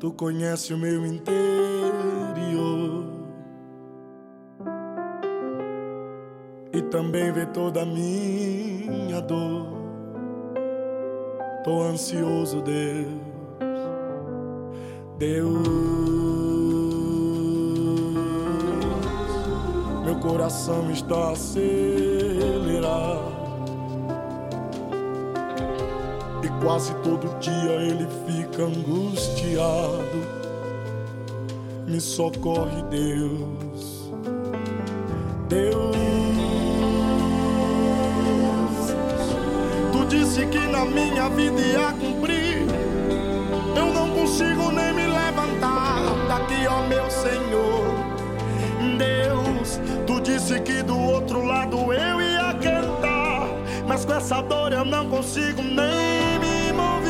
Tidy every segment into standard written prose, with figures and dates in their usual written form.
Tu conhece o meu interior e também vê toda a minha dor. Tô ansioso, Deus, Deus. Meu coração está acelerado e quase todo dia ele fica angustiado. Me socorre, Deus, Deus. Tu disse que na minha vida ia cumprir. Eu não consigo nem me levantar daqui, ó meu Senhor. Deus, tu disse que do outro lado eu ia cantar, mas com essa dor eu não consigo nem me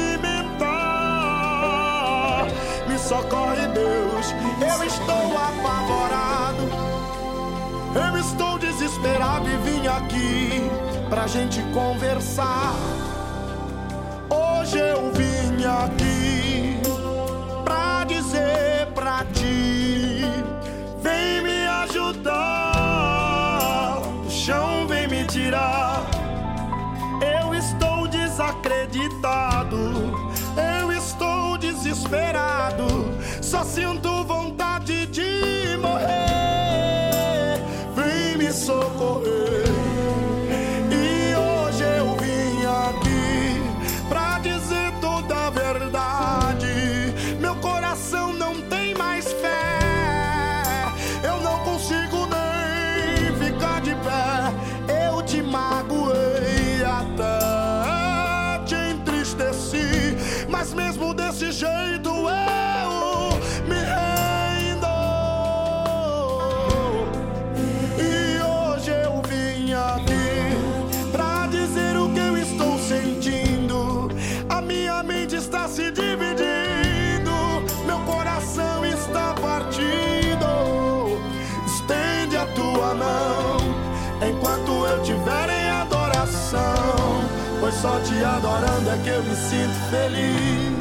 movimentar. Me socorre, Deus, eu estou apavorado, eu estou desesperado e vim aqui pra gente conversar. Hoje eu vim aqui pra dizer pra ti: vem me ajudar, do chão vem me tirar. Eu estou desacreditado, eu estou desesperado, só sinto vontade de morrer. Vem me socorrer. E hoje eu vim aqui pra dizer toda a verdade. Meu coração não tem mais fé, eu não consigo nem ficar de pé. Eu te magoei, até te entristeci, mas mesmo desse jeito eu me rendo. E hoje eu vim aqui pra dizer o que eu estou sentindo. A minha mente está se dividindo, meu coração está partido. Estende a tua mão enquanto eu tiver em adoração, pois só te adorando é que eu me sinto feliz.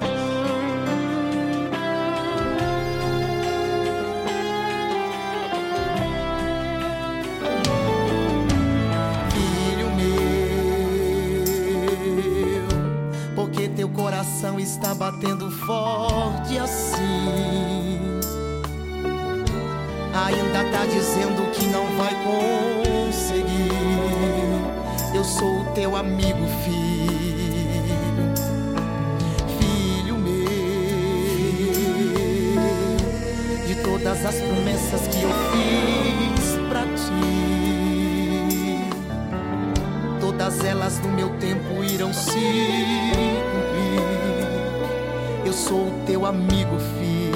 Filho meu, porque teu coração está batendo forte assim? Ainda tá dizendo que não vai conseguir. Eu sou o teu amigo, filho. Filho meu, de todas as promessas que eu fiz pra ti, todas elas no meu tempo irão se cumprir. Eu sou o teu amigo, filho.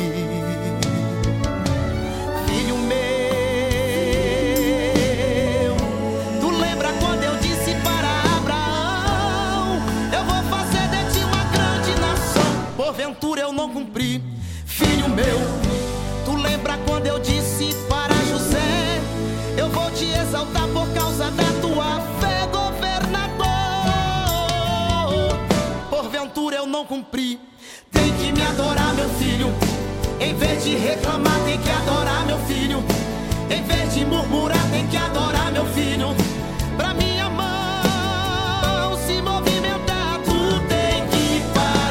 Porventura eu não cumpri, filho meu. Tu lembra quando eu disse para José: eu vou te exaltar por causa da tua fé, governador? Porventura eu não cumpri. Tem que me adorar, meu filho. Em vez de reclamar, tem que adorar, meu filho. Em vez de murmurar, tem que adorar, meu filho. Pra minha mão se movimentar, tu tem que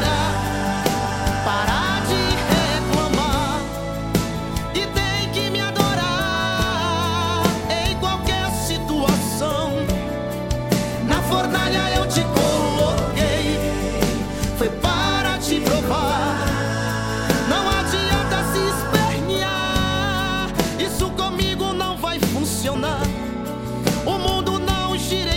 parar de reclamar e tem que me adorar em qualquer situação. Na fornalha eu te coloquei, foi para te provar. Não adianta se espernear, isso comigo não vai funcionar. O mundo não gira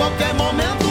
qualquer momento